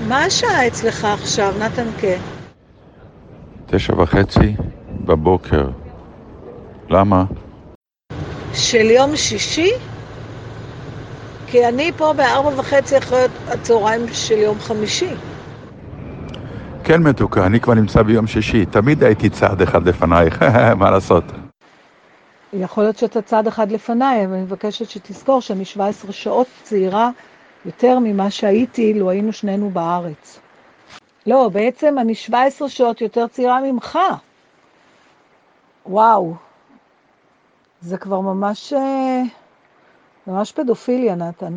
מה השעה אצלך עכשיו, נתן כה? 9:30 בבוקר. למה? של יום שישי? כי אני פה ב4:30 אחרי הצהריים של יום חמישי. כן מתוקה, אני כבר נמצא ביום שישי. תמיד הייתי צעד אחד לפנייך, מה לעשות? יכול להיות שאתה צעד אחד לפניי, אבל אני מבקשת שתזכור שאני 17 שעות צעירה יותר ממה שהייתי לו היינו שנינו בארץ. לא, בעצם אני 17 שעות יותר צעירה ממך. וואו. זה כבר ממש פדופיליה, נתן.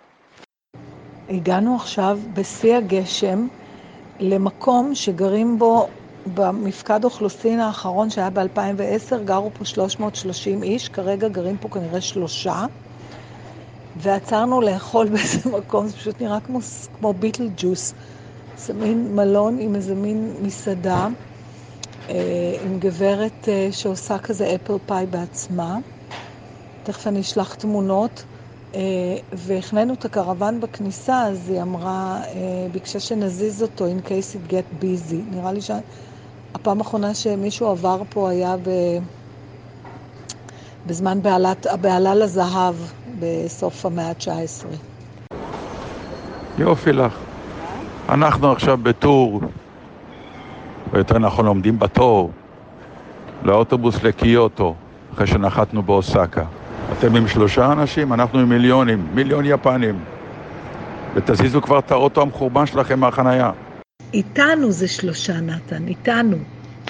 הגענו עכשיו בשיא הגשם למקום שגרים בו במפקד אוכלוסין האחרון שהיה ב-2010, גרו פה 330 איש, כרגע גרים פה כנראה 3, ועצרנו לאכול באיזה מקום, זה פשוט נראה כמו ביטל ג'וס, זה מין מלון עם איזה מין מסעדה, עם גברת שעושה כזה אפל פאי בעצמה, תכף אני אשלח תמונות, והכננו את הקרוון בכניסה, אז היא אמרה, ביקשה שנזיז אותו in case it get busy. נראה לי שהפעם האחרונה שמישהו עבר פה היה בזמן הבעלה לזהב בסוף המאה ה-19. יופי לך. אנחנו עכשיו בטור, ויותר נכון עומדים בתור, לאוטובוס לקיוטו, אחרי שנחתנו באוסקה. אתם עם 3 אנשים, אנחנו עם מיליון יפנים. ותזיזו כבר את האוטו המחורבן שלכם מהחנייה. איתנו זה 3, נתן, איתנו.